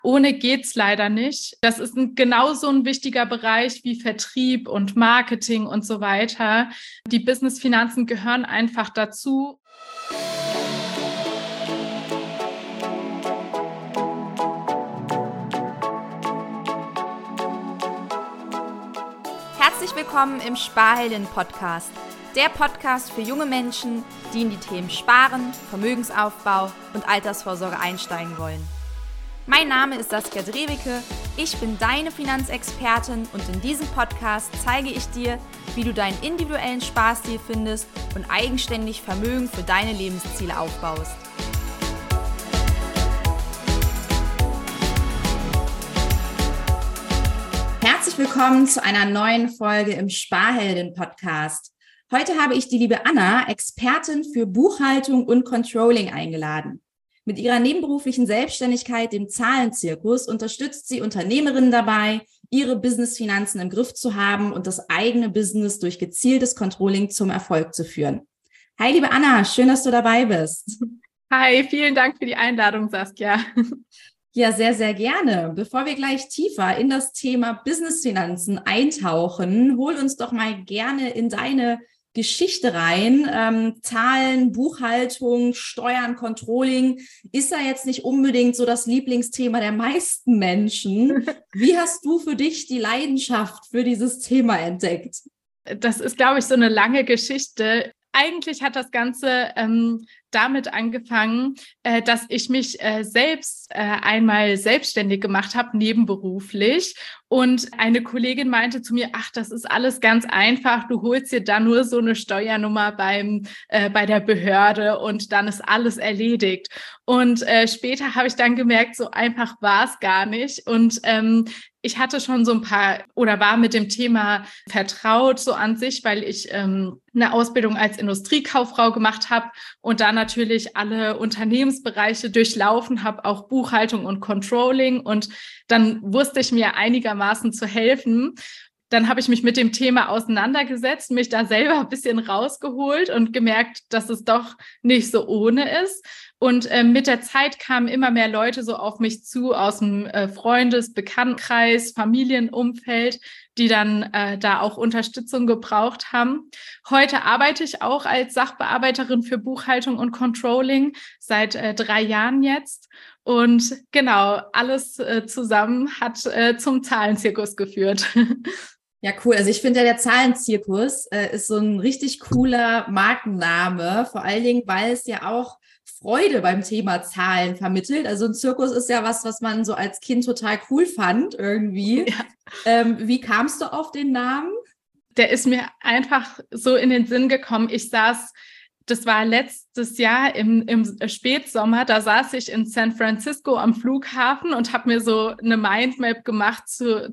Ohne geht's leider nicht. Das ist genauso ein wichtiger Bereich wie Vertrieb und Marketing und so weiter. Die Business-Finanzen gehören einfach dazu. Herzlich willkommen im Sparheldinnen-Podcast. Der Podcast für junge Menschen, die in die Themen Sparen, Vermögensaufbau und Altersvorsorge einsteigen wollen. Mein Name ist Saskia Drewicke, ich bin deine Finanzexpertin und in diesem Podcast zeige ich dir, wie du deinen individuellen Sparstil findest und eigenständig Vermögen für deine Lebensziele aufbaust. Herzlich willkommen zu einer neuen Folge im Sparheldinnen-Podcast. Heute habe ich die liebe Anna, Expertin für Buchhaltung und Controlling, eingeladen. Mit ihrer nebenberuflichen Selbstständigkeit, dem Zahlenzirkus, unterstützt sie Unternehmerinnen dabei, ihre Businessfinanzen im Griff zu haben und das eigene Business durch gezieltes Controlling zum Erfolg zu führen. Hi, liebe Anna, schön, dass du dabei bist. Hi, vielen Dank für die Einladung, Saskia. Ja, sehr, sehr gerne. Bevor wir gleich tiefer in das Thema Businessfinanzen eintauchen, hol uns doch mal gerne in deine Geschichte rein. Zahlen, Buchhaltung, Steuern, Controlling ist ja jetzt nicht unbedingt so das Lieblingsthema der meisten Menschen. Wie hast du für dich die Leidenschaft für dieses Thema entdeckt? Das ist, glaube ich, so eine lange Geschichte. Eigentlich hat das Ganze damit angefangen, dass ich mich selbst einmal selbstständig gemacht habe, nebenberuflich. Und eine Kollegin meinte zu mir, ach, das ist alles ganz einfach. Du holst dir da nur so eine Steuernummer bei der Behörde und dann ist alles erledigt. Und später habe ich dann gemerkt, so einfach war es gar nicht. Und ich hatte schon so ein paar oder war mit dem Thema vertraut so an sich, weil ich eine Ausbildung als Industriekauffrau gemacht habe und da natürlich alle Unternehmensbereiche durchlaufen habe, auch Buchhaltung und Controlling. Und dann wusste ich mir einigermaßen zu helfen. Dann habe ich mich mit dem Thema auseinandergesetzt, mich da selber ein bisschen rausgeholt und gemerkt, dass es doch nicht so ohne ist. Und mit der Zeit kamen immer mehr Leute so auf mich zu aus dem Freundes-, Bekanntenkreis, Familienumfeld, die dann da auch Unterstützung gebraucht haben. Heute arbeite ich auch als Sachbearbeiterin für Buchhaltung und Controlling seit 3 Jahren jetzt. Und genau, alles zusammen hat zum Zahlenzirkus geführt. Ja, cool. Also ich finde ja, der Zahlenzirkus ist so ein richtig cooler Markenname, vor allen Dingen, weil es ja auch Freude beim Thema Zahlen vermittelt. Also ein Zirkus ist ja was man so als Kind total cool fand irgendwie. Ja. Wie kamst du auf den Namen? Der ist mir einfach so in den Sinn gekommen. Das war letztes Jahr im Spätsommer, da saß ich in San Francisco am Flughafen und habe mir so eine Mindmap gemacht zu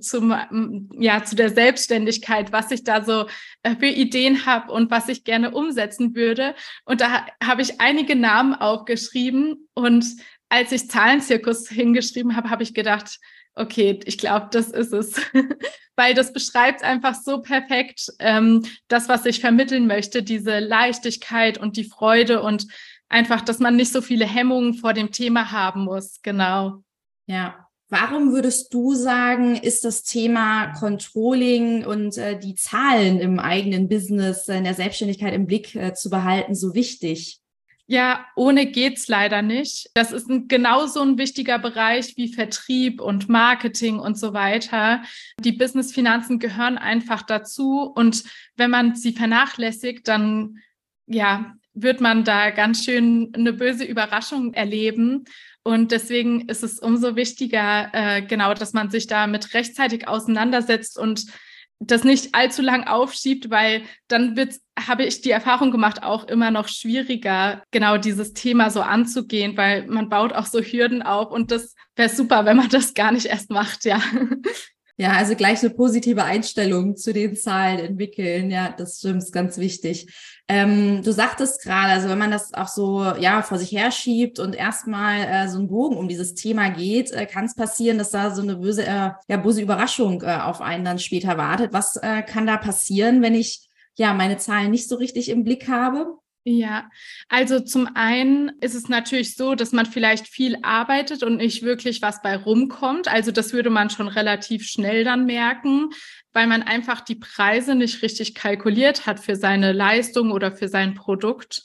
der Selbstständigkeit, was ich da so für Ideen habe und was ich gerne umsetzen würde. Und da habe ich einige Namen aufgeschrieben und als ich Zahlenzirkus hingeschrieben habe, habe ich gedacht, okay, ich glaube, das ist es, weil das beschreibt einfach so perfekt das, was ich vermitteln möchte, diese Leichtigkeit und die Freude und einfach, dass man nicht so viele Hemmungen vor dem Thema haben muss, genau. Ja, warum würdest du sagen, ist das Thema Controlling und die Zahlen im eigenen Business, in der Selbstständigkeit im Blick zu behalten, so wichtig? Ja, ohne geht's leider nicht. Das ist genauso ein wichtiger Bereich wie Vertrieb und Marketing und so weiter. Die Business-Finanzen gehören einfach dazu. Und wenn man sie vernachlässigt, dann wird man da ganz schön eine böse Überraschung erleben. Und deswegen ist es umso wichtiger, dass man sich damit rechtzeitig auseinandersetzt und das nicht allzu lang aufschiebt, weil dann habe ich die Erfahrung gemacht, auch immer noch schwieriger, genau dieses Thema so anzugehen, weil man baut auch so Hürden auf und das wäre super, wenn man das gar nicht erst macht, ja. Ja, also gleich eine positive Einstellung zu den Zahlen entwickeln. Ja, das stimmt, ist ganz wichtig. Du sagtest gerade, also wenn man das auch so vor sich herschiebt und erstmal so einen Bogen um dieses Thema geht, kann es passieren, dass da so eine böse Überraschung auf einen dann später wartet. Was kann da passieren, wenn ich meine Zahlen nicht so richtig im Blick habe? Ja, also zum einen ist es natürlich so, dass man vielleicht viel arbeitet und nicht wirklich was bei rumkommt. Also das würde man schon relativ schnell dann merken, weil man einfach die Preise nicht richtig kalkuliert hat für seine Leistung oder für sein Produkt.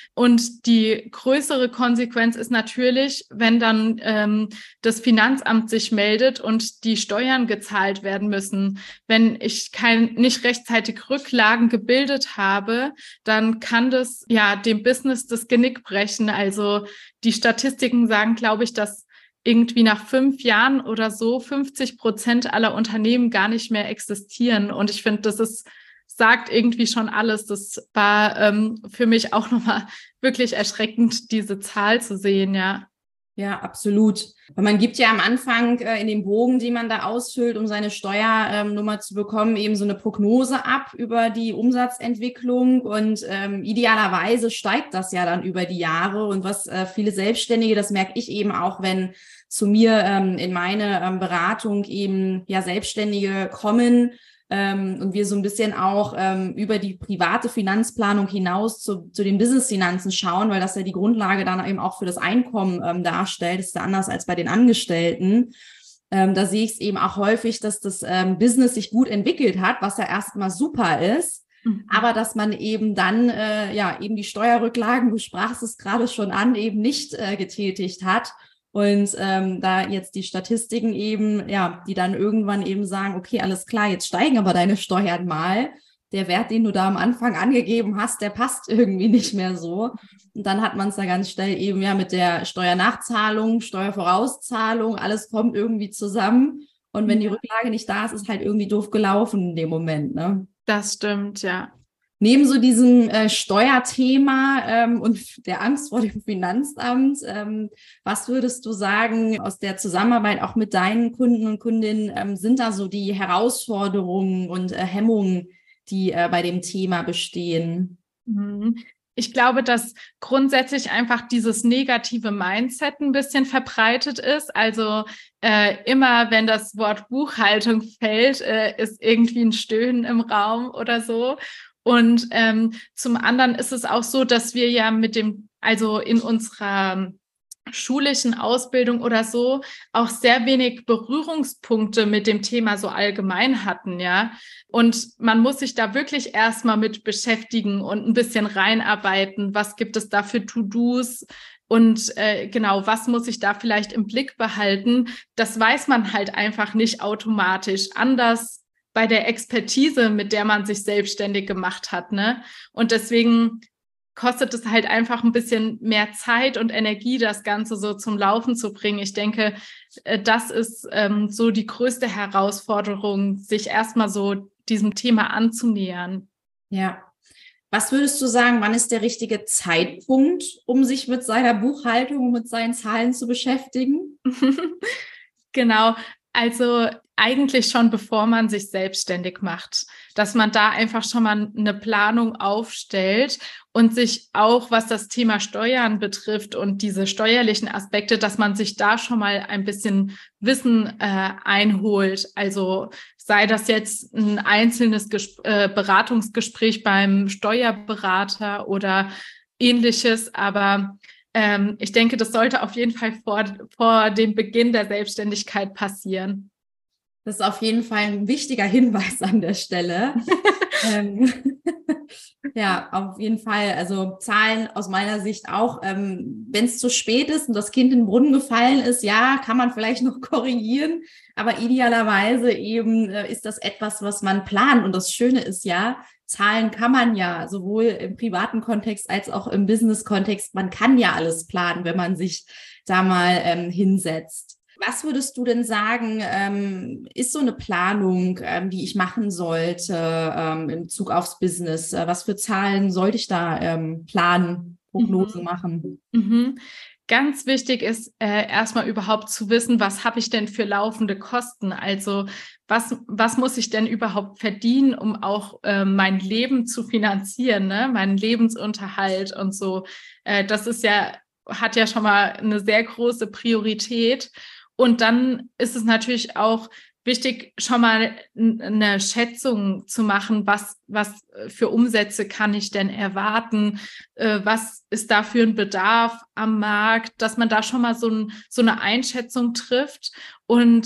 Und die größere Konsequenz ist natürlich, wenn dann das Finanzamt sich meldet und die Steuern gezahlt werden müssen. Wenn ich nicht rechtzeitig Rücklagen gebildet habe, dann kann das ja dem Business das Genick brechen. Also die Statistiken sagen, glaube ich, dass irgendwie nach 5 Jahren oder so 50% aller Unternehmen gar nicht mehr existieren. Und ich finde, sagt irgendwie schon alles. Das war für mich auch nochmal wirklich erschreckend, diese Zahl zu sehen, ja. Ja, absolut. Weil man gibt ja am Anfang in dem Bogen, den man da ausfüllt, um seine Steuernummer zu bekommen, eben so eine Prognose ab über die Umsatzentwicklung und idealerweise steigt das ja dann über die Jahre und was viele Selbstständige, das merke ich eben auch, wenn zu mir in meine Beratung eben ja Selbstständige kommen, und wir so ein bisschen auch über die private Finanzplanung hinaus zu den Business-Finanzen schauen, weil das ja die Grundlage dann eben auch für das Einkommen darstellt. Das ist ja anders als bei den Angestellten. Da sehe ich es eben auch häufig, dass das Business sich gut entwickelt hat, was ja erstmal super ist. Aber dass man eben dann eben die Steuerrücklagen, du sprachst es gerade schon an, eben nicht getätigt hat. Und da jetzt die Statistiken eben, ja, die dann irgendwann eben sagen, okay, alles klar, jetzt steigen aber deine Steuern mal. Der Wert, den du da am Anfang angegeben hast, der passt irgendwie nicht mehr so. Und dann hat man es da ganz schnell eben ja mit der Steuernachzahlung, Steuervorauszahlung, alles kommt irgendwie zusammen. Und wenn die Rücklage nicht da ist, ist halt irgendwie doof gelaufen in dem Moment, ne? Das stimmt, ja. Neben so diesem Steuerthema und der Angst vor dem Finanzamt, was würdest du sagen aus der Zusammenarbeit auch mit deinen Kunden und Kundinnen, sind da so die Herausforderungen und Hemmungen, die bei dem Thema bestehen? Ich glaube, dass grundsätzlich einfach dieses negative Mindset ein bisschen verbreitet ist. Also immer, wenn das Wort Buchhaltung fällt, ist irgendwie ein Stöhnen im Raum oder so. Und zum anderen ist es auch so, dass wir ja also in unserer schulischen Ausbildung oder so auch sehr wenig Berührungspunkte mit dem Thema so allgemein hatten, ja. Und man muss sich da wirklich erstmal mit beschäftigen und ein bisschen reinarbeiten. Was gibt es da für To-Dos? Und genau, was muss ich da vielleicht im Blick behalten? Das weiß man halt einfach nicht automatisch. Anders bei der Expertise, mit der man sich selbstständig gemacht hat, ne? Und deswegen kostet es halt einfach ein bisschen mehr Zeit und Energie, das Ganze so zum Laufen zu bringen. Ich denke, das ist so die größte Herausforderung, sich erstmal so diesem Thema anzunähern. Ja. Was würdest du sagen, wann ist der richtige Zeitpunkt, um sich mit seiner Buchhaltung und mit seinen Zahlen zu beschäftigen? Genau, also eigentlich schon bevor man sich selbstständig macht, dass man da einfach schon mal eine Planung aufstellt und sich auch, was das Thema Steuern betrifft und diese steuerlichen Aspekte, dass man sich da schon mal ein bisschen Wissen einholt. Also sei das jetzt ein einzelnes Beratungsgespräch beim Steuerberater oder ähnliches, aber ich denke, das sollte auf jeden Fall vor dem Beginn der Selbstständigkeit passieren. Das ist auf jeden Fall ein wichtiger Hinweis an der Stelle. Ja, auf jeden Fall. Also Zahlen aus meiner Sicht auch, wenn es zu spät ist und das Kind in den Brunnen gefallen ist, ja, kann man vielleicht noch korrigieren. Aber idealerweise eben ist das etwas, was man plant. Und das Schöne ist ja, Zahlen kann man ja sowohl im privaten Kontext als auch im Business-Kontext. Man kann ja alles planen, wenn man sich da mal hinsetzt. Was würdest du denn sagen, ist so eine Planung, die ich machen sollte in Bezug aufs Business? Was für Zahlen sollte ich da planen, Prognosen machen? Ganz wichtig ist erstmal überhaupt zu wissen, was habe ich denn für laufende Kosten? Also was muss ich denn überhaupt verdienen, um auch mein Leben zu finanzieren, ne? Meinen Lebensunterhalt und so. Das hat ja schon mal eine sehr große Priorität. Und dann ist es natürlich auch wichtig, schon mal eine Schätzung zu machen, was für Umsätze kann ich denn erwarten, was ist da für ein Bedarf am Markt, dass man da schon mal so eine Einschätzung trifft und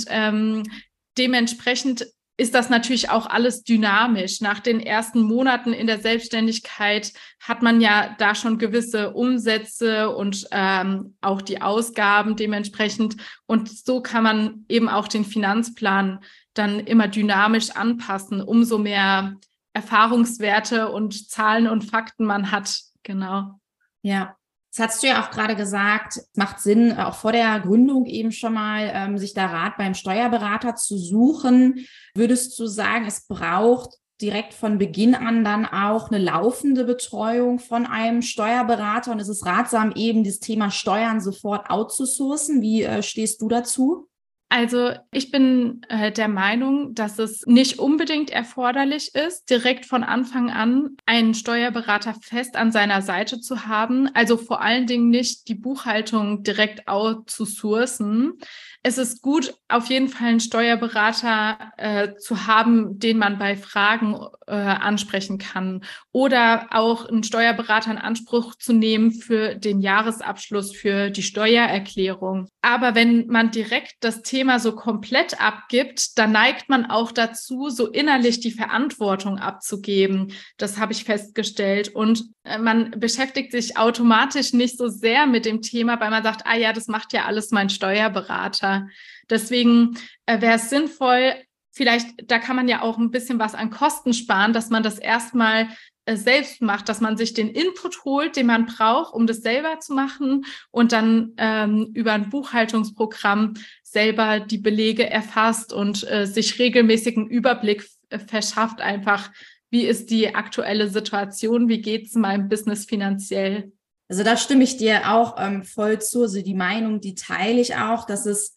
dementsprechend ist das natürlich auch alles dynamisch. Nach den ersten Monaten in der Selbstständigkeit hat man ja da schon gewisse Umsätze und auch die Ausgaben dementsprechend. Und so kann man eben auch den Finanzplan dann immer dynamisch anpassen, umso mehr Erfahrungswerte und Zahlen und Fakten man hat. Genau. Ja. Das hast du ja auch gerade gesagt, es macht Sinn, auch vor der Gründung eben schon mal sich da Rat beim Steuerberater zu suchen. Würdest du sagen, es braucht direkt von Beginn an dann auch eine laufende Betreuung von einem Steuerberater und ist es ratsam, eben das Thema Steuern sofort outzusourcen? Wie stehst du dazu? Also ich bin der Meinung, dass es nicht unbedingt erforderlich ist, direkt von Anfang an einen Steuerberater fest an seiner Seite zu haben. Also vor allen Dingen nicht die Buchhaltung direkt outzusourcen. Es ist gut, auf jeden Fall einen Steuerberater zu haben, den man bei Fragen ansprechen kann. Oder auch einen Steuerberater in Anspruch zu nehmen für den Jahresabschluss, für die Steuererklärung. Aber wenn man direkt das Thema so komplett abgibt, dann neigt man auch dazu, so innerlich die Verantwortung abzugeben. Das habe ich festgestellt. Und man beschäftigt sich automatisch nicht so sehr mit dem Thema, weil man sagt, ah ja, das macht ja alles mein Steuerberater. Deswegen wäre es sinnvoll, vielleicht, da kann man ja auch ein bisschen was an Kosten sparen, dass man das erstmal selbst macht, dass man sich den Input holt, den man braucht, um das selber zu machen und dann über ein Buchhaltungsprogramm selber die Belege erfasst und sich regelmäßigen Überblick verschafft, einfach, wie ist die aktuelle Situation, wie geht es meinem Business finanziell? Also da stimme ich dir auch voll zu. Also die Meinung, die teile ich auch, dass es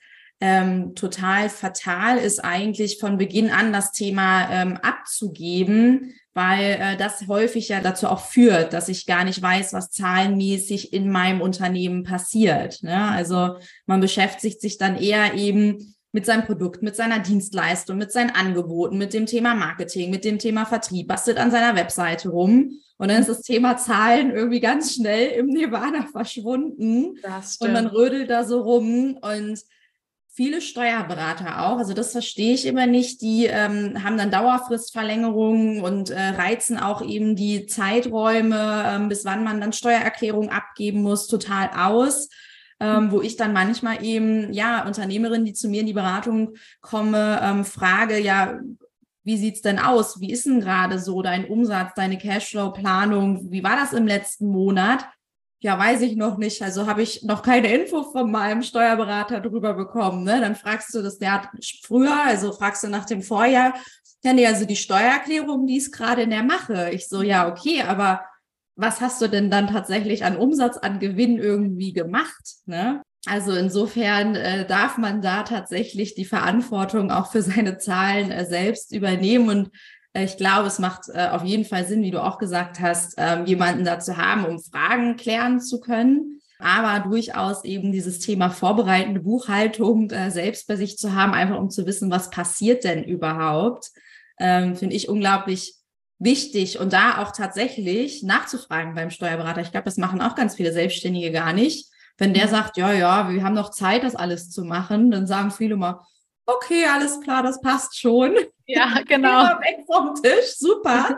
total fatal ist, eigentlich von Beginn an das Thema abzugeben, weil das häufig ja dazu auch führt, dass ich gar nicht weiß, was zahlenmäßig in meinem Unternehmen passiert. Ne? Also man beschäftigt sich dann eher eben mit seinem Produkt, mit seiner Dienstleistung, mit seinen Angeboten, mit dem Thema Marketing, mit dem Thema Vertrieb, bastelt an seiner Webseite rum und dann ist das Thema Zahlen irgendwie ganz schnell im Nirvana verschwunden und man rödelt da so rum und viele Steuerberater auch, also das verstehe ich immer nicht, die haben dann Dauerfristverlängerungen und reizen auch eben die Zeiträume, bis wann man dann Steuererklärung abgeben muss, total aus. Wo ich dann manchmal eben, ja, Unternehmerinnen, die zu mir in die Beratung komme, frage, ja, wie sieht's denn aus? Wie ist denn gerade so dein Umsatz, deine Cashflow-Planung? Wie war das im letzten Monat? Ja, weiß ich noch nicht. Also habe ich noch keine Info von meinem Steuerberater drüber bekommen. Ne? Dann fragst du das der früher, also fragst du nach dem Vorjahr. Ja, nee, also die Steuererklärung, die ist gerade in der Mache. Ich so, ja, okay, aber was hast du denn dann tatsächlich an Umsatz, an Gewinn irgendwie gemacht? Ne? Also insofern darf man da tatsächlich die Verantwortung auch für seine Zahlen selbst übernehmen. Und ich glaube, es macht auf jeden Fall Sinn, wie du auch gesagt hast, jemanden da zu haben, um Fragen klären zu können. Aber durchaus eben dieses Thema vorbereitende Buchhaltung selbst bei sich zu haben, einfach um zu wissen, was passiert denn überhaupt, finde ich unglaublich wichtig und da auch tatsächlich nachzufragen beim Steuerberater. Ich glaube, das machen auch ganz viele Selbstständige gar nicht. Wenn der sagt, ja, wir haben noch Zeit, das alles zu machen, dann sagen viele mal, okay, alles klar, das passt schon. Ja, genau. Weg vom Tisch, super.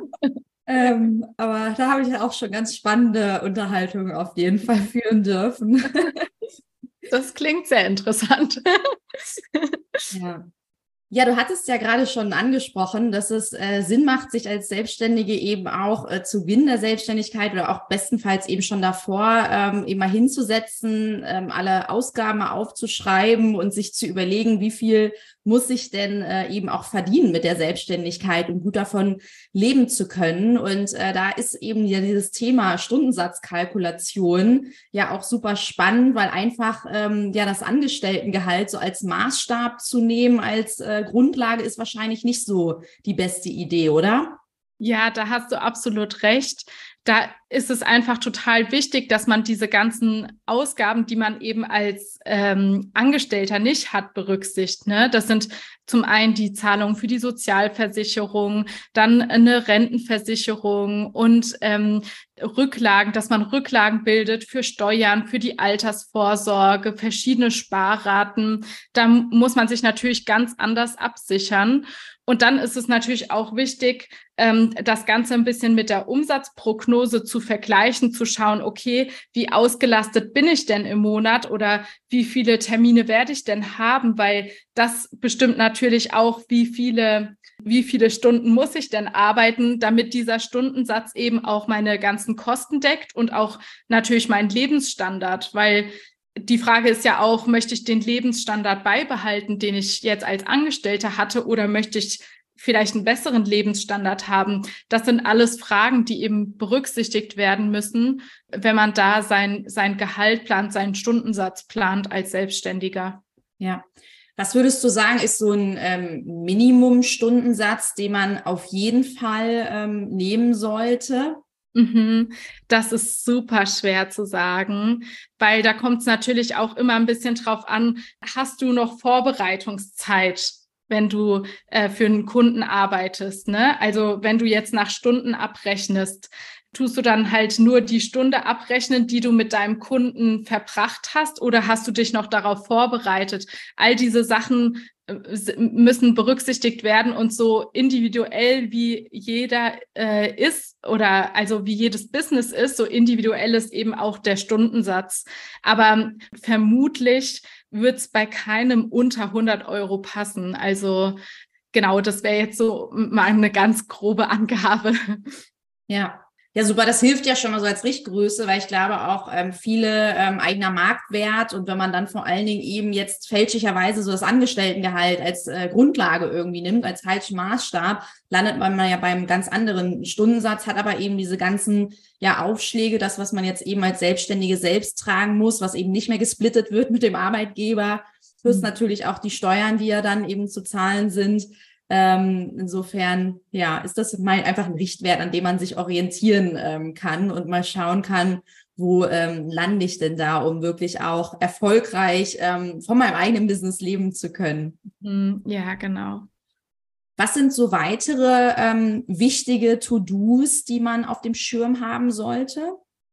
Aber da habe ich auch schon ganz spannende Unterhaltungen auf jeden Fall führen dürfen. Das klingt sehr interessant. Ja. Ja, du hattest ja gerade schon angesprochen, dass es Sinn macht, sich als Selbstständige eben auch zu Beginn der Selbstständigkeit oder auch bestenfalls eben schon davor eben mal hinzusetzen, alle Ausgaben aufzuschreiben und sich zu überlegen, wie viel muss ich denn eben auch verdienen mit der Selbstständigkeit, um gut davon leben zu können. Und da ist eben ja dieses Thema Stundensatzkalkulation ja auch super spannend, weil einfach ja das Angestelltengehalt so als Maßstab zu nehmen, als Grundlage ist wahrscheinlich nicht so die beste Idee, oder? Ja, da hast du absolut recht. da ist es einfach total wichtig, dass man diese ganzen Ausgaben, die man eben als Angestellter nicht hat, berücksichtigt. Ne? Das sind zum einen die Zahlungen für die Sozialversicherung, dann eine Rentenversicherung und Rücklagen, dass man Rücklagen bildet für Steuern, für die Altersvorsorge, verschiedene Sparraten. Da muss man sich natürlich ganz anders absichern. Und dann ist es natürlich auch wichtig, das Ganze ein bisschen mit der Umsatzprognose zu vergleichen, zu schauen, okay, wie ausgelastet bin ich denn im Monat oder wie viele Termine werde ich denn haben, weil das bestimmt natürlich auch, wie viele Stunden muss ich denn arbeiten, damit dieser Stundensatz eben auch meine ganzen Kosten deckt und auch natürlich meinen Lebensstandard, weil die Frage ist ja auch, möchte ich den Lebensstandard beibehalten, den ich jetzt als Angestellter hatte, oder möchte ich vielleicht einen besseren Lebensstandard haben? Das sind alles Fragen, die eben berücksichtigt werden müssen, wenn man da sein Gehalt plant, seinen Stundensatz plant als Selbstständiger. Ja. Was würdest du sagen, ist so ein Minimumstundensatz, den man auf jeden Fall nehmen sollte? Das ist super schwer zu sagen, weil da kommt es natürlich auch immer ein bisschen drauf an, hast du noch Vorbereitungszeit, wenn du für einen Kunden arbeitest, ne? Also wenn du jetzt nach Stunden abrechnest, tust du dann halt nur die Stunde abrechnen, die du mit deinem Kunden verbracht hast, oder hast du dich noch darauf vorbereitet? All diese Sachen müssen berücksichtigt werden, und so individuell wie jeder ist oder also wie jedes Business ist, so individuell ist eben auch der Stundensatz. Aber vermutlich wird es bei keinem unter 100 Euro passen. Also genau, das wäre jetzt so mal eine ganz grobe Angabe. Ja. Ja, super. Das hilft ja schon mal so als Richtgröße, weil ich glaube auch viele eigener Marktwert, und wenn man dann vor allen Dingen eben jetzt fälschlicherweise so das Angestelltengehalt als Grundlage irgendwie nimmt, als falschen Maßstab, landet man ja beim ganz anderen Stundensatz, hat aber eben diese ganzen Aufschläge, das, was man jetzt eben als Selbstständige selbst tragen muss, was eben nicht mehr gesplittet wird mit dem Arbeitgeber, plus natürlich auch die Steuern, die ja dann eben zu zahlen sind. Insofern, ist das mal einfach ein Richtwert, an dem man sich orientieren kann und mal schauen kann, wo lande ich denn da, um wirklich auch erfolgreich von meinem eigenen Business leben zu können. Ja, genau. Was sind so weitere wichtige To-Dos, die man auf dem Schirm haben sollte?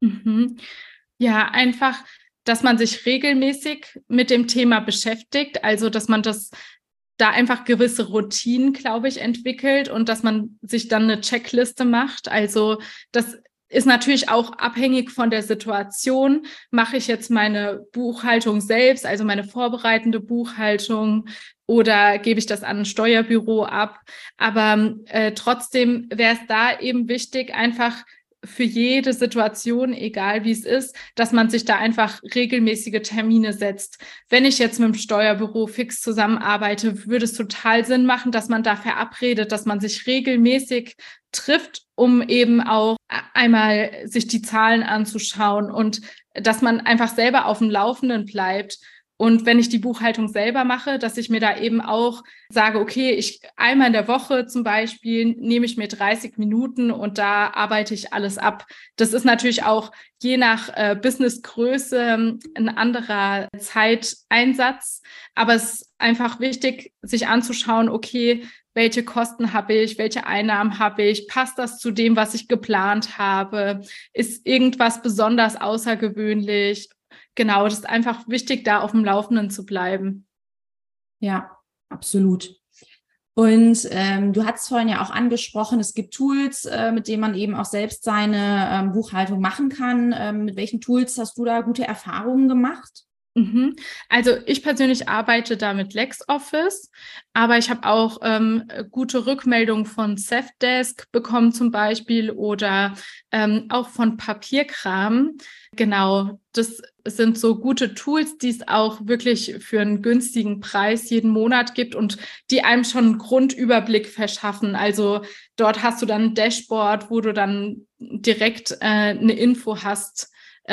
Ja, einfach, dass man sich regelmäßig mit dem Thema beschäftigt, also dass man da einfach gewisse Routinen, glaube ich, entwickelt und dass man sich dann eine Checkliste macht. Also das ist natürlich auch abhängig von der Situation. Mache ich jetzt meine Buchhaltung selbst, also meine vorbereitende Buchhaltung, oder gebe ich das an ein Steuerbüro ab? Aber trotzdem wäre es da eben wichtig, einfach für jede Situation, egal wie es ist, dass man sich da einfach regelmäßige Termine setzt. Wenn ich jetzt mit dem Steuerbüro fix zusammenarbeite, würde es total Sinn machen, dass man da verabredet, dass man sich regelmäßig trifft, um eben auch einmal sich die Zahlen anzuschauen und dass man einfach selber auf dem Laufenden bleibt. Und wenn ich die Buchhaltung selber mache, dass ich mir da eben auch sage, okay, einmal in der Woche zum Beispiel nehme ich mir 30 Minuten und da arbeite ich alles ab. Das ist natürlich auch je nach Businessgröße ein anderer Zeiteinsatz. Aber es ist einfach wichtig, sich anzuschauen, okay, welche Kosten habe ich, welche Einnahmen habe ich, passt das zu dem, was ich geplant habe, ist irgendwas besonders außergewöhnlich? Genau, das ist einfach wichtig, da auf dem Laufenden zu bleiben. Ja, absolut. Und du hast vorhin ja auch angesprochen, es gibt Tools, mit denen man eben auch selbst seine Buchhaltung machen kann. Mit welchen Tools hast du da gute Erfahrungen gemacht? Also ich persönlich arbeite da mit LexOffice, aber ich habe auch gute Rückmeldungen von Zendesk bekommen zum Beispiel oder auch von Papierkram. Genau, das sind so gute Tools, die es auch wirklich für einen günstigen Preis jeden Monat gibt und die einem schon einen Grundüberblick verschaffen. Also dort hast du dann ein Dashboard, wo du dann direkt eine Info hast,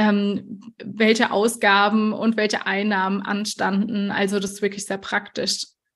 welche Ausgaben und welche Einnahmen anstanden. Also das ist wirklich sehr praktisch.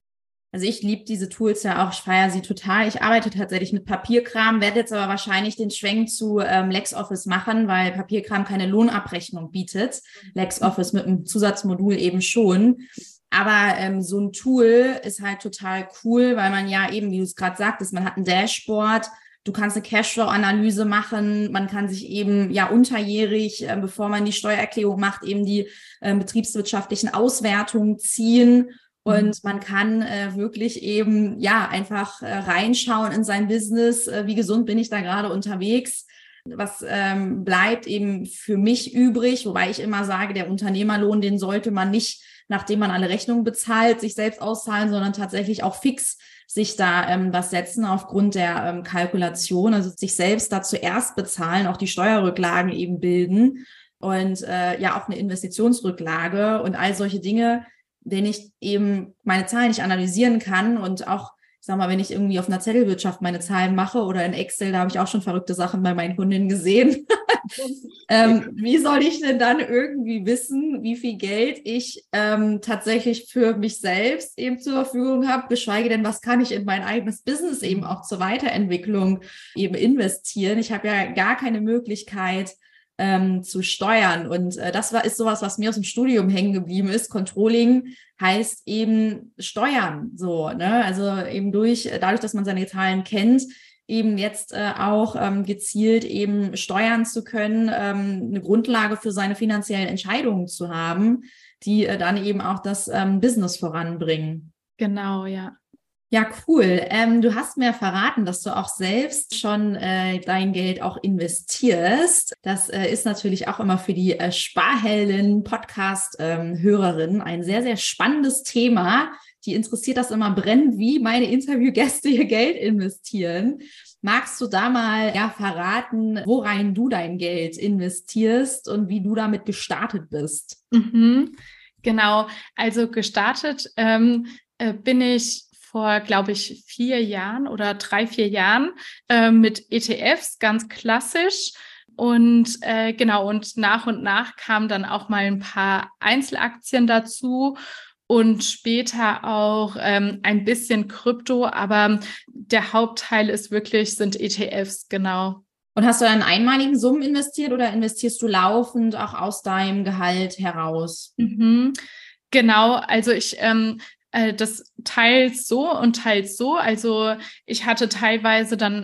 Also ich liebe diese Tools ja auch, ich feiere sie total. Ich arbeite tatsächlich mit Papierkram, werde jetzt aber wahrscheinlich den Schwenk zu LexOffice machen, weil Papierkram keine Lohnabrechnung bietet. LexOffice mit einem Zusatzmodul eben schon. Aber so ein Tool ist halt total cool, weil man ja eben, wie du es gerade sagtest, man hat ein Dashboard, du kannst eine Cashflow-Analyse machen, man kann sich eben ja unterjährig, bevor man die Steuererklärung macht, eben die betriebswirtschaftlichen Auswertungen ziehen. Und man kann wirklich eben ja einfach reinschauen in sein Business, wie gesund bin ich da gerade unterwegs, was bleibt eben für mich übrig, wobei ich immer sage, der Unternehmerlohn, den sollte man nicht, nachdem man alle Rechnungen bezahlt, sich selbst auszahlen, sondern tatsächlich auch fix sich da was setzen aufgrund der Kalkulation, also sich selbst da zuerst bezahlen, auch die Steuerrücklagen eben bilden und ja auch eine Investitionsrücklage und all solche Dinge, wenn ich eben meine Zahlen nicht analysieren kann und auch, ich sag mal, wenn ich irgendwie auf einer Zettelwirtschaft meine Zahlen mache oder in Excel, da habe ich auch schon verrückte Sachen bei meinen Kundinnen gesehen. Wie soll ich denn dann irgendwie wissen, wie viel Geld ich tatsächlich für mich selbst eben zur Verfügung habe, geschweige denn, was kann ich in mein eigenes Business eben auch zur Weiterentwicklung eben investieren? Ich habe ja gar keine Möglichkeit, zu steuern. Und das ist sowas, was mir aus dem Studium hängen geblieben ist. Controlling heißt eben steuern, so, ne? Also eben dadurch, dass man seine Zahlen kennt, eben jetzt auch gezielt eben steuern zu können, eine Grundlage für seine finanziellen Entscheidungen zu haben, die dann eben auch das Business voranbringen. Genau, ja. Ja, cool. Du hast mir verraten, dass du auch selbst schon dein Geld auch investierst. Das ist natürlich auch immer für die Sparhelden-Podcast-Hörerin ein sehr, sehr spannendes Thema. Die interessiert das immer brennend, wie meine Interviewgäste ihr Geld investieren. Magst du da mal verraten, worein du dein Geld investierst und wie du damit gestartet bist? Genau, also gestartet bin ich vor, glaube ich, 4 Jahren oder 3-4 Jahren mit ETFs, ganz klassisch. Und genau, und nach kamen dann auch mal ein paar Einzelaktien dazu und später auch ein bisschen Krypto, aber der Hauptteil sind ETFs, genau. Und hast du dann einmaligen Summen investiert oder investierst du laufend auch aus deinem Gehalt heraus? Genau, also ich das teils so und teils so. Also ich hatte teilweise dann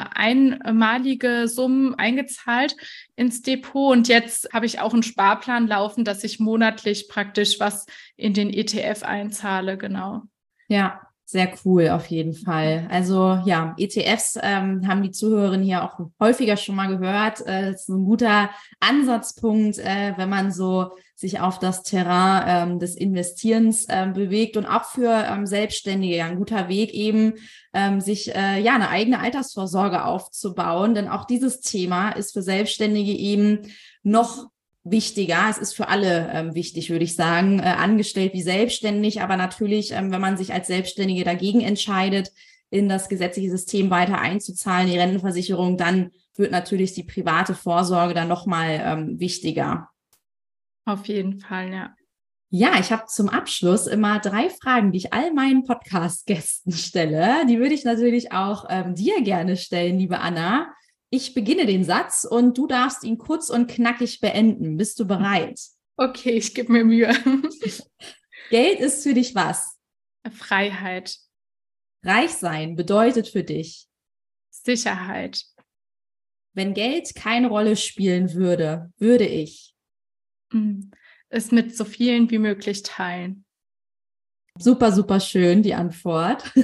einmalige Summen eingezahlt ins Depot und jetzt habe ich auch einen Sparplan laufen, dass ich monatlich praktisch was in den ETF einzahle, genau. Ja, sehr cool auf jeden Fall. Also ja, ETFs haben die Zuhörerinnen hier auch häufiger schon mal gehört. Das ist ein guter Ansatzpunkt, wenn man so sich auf das Terrain des Investierens bewegt und auch für Selbstständige ein guter Weg eben, sich eine eigene Altersvorsorge aufzubauen. Denn auch dieses Thema ist für Selbstständige eben noch wichtiger. Es ist für alle wichtig, würde ich sagen, angestellt wie selbstständig. Aber natürlich, wenn man sich als Selbstständige dagegen entscheidet, in das gesetzliche System weiter einzuzahlen, die Rentenversicherung, dann wird natürlich die private Vorsorge dann nochmal wichtiger. Auf jeden Fall, ja. Ja, ich habe zum Abschluss immer 3 Fragen, die ich all meinen Podcast-Gästen stelle. Die würde ich natürlich auch dir gerne stellen, liebe Anna. Ich beginne den Satz und du darfst ihn kurz und knackig beenden. Bist du bereit? Okay, ich gebe mir Mühe. Geld ist für dich was? Freiheit. Reich sein bedeutet für dich? Sicherheit. Wenn Geld keine Rolle spielen würde, würde ich? Es mit so vielen wie möglich teilen. Super, super schön, die Antwort.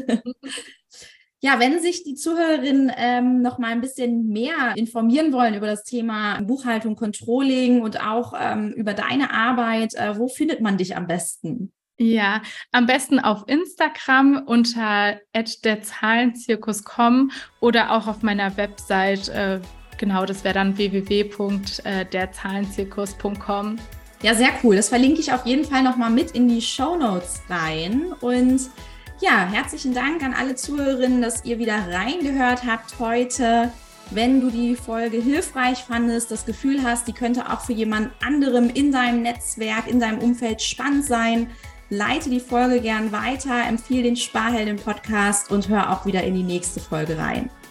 Ja, wenn sich die Zuhörerinnen noch mal ein bisschen mehr informieren wollen über das Thema Buchhaltung, Controlling und auch über deine Arbeit, wo findet man dich am besten? Ja, am besten auf Instagram unter @derzahlenzirkus.com oder auch auf meiner Website. Genau, das wäre dann www.derzahlenzirkus.com. Ja, sehr cool. Das verlinke ich auf jeden Fall nochmal mit in die Shownotes rein. Und ja, herzlichen Dank an alle Zuhörerinnen, dass ihr wieder reingehört habt heute. Wenn du die Folge hilfreich fandest, das Gefühl hast, die könnte auch für jemand anderem in deinem Netzwerk, in deinem Umfeld spannend sein, leite die Folge gern weiter, empfehle den Sparhelden-Podcast und hör auch wieder in die nächste Folge rein.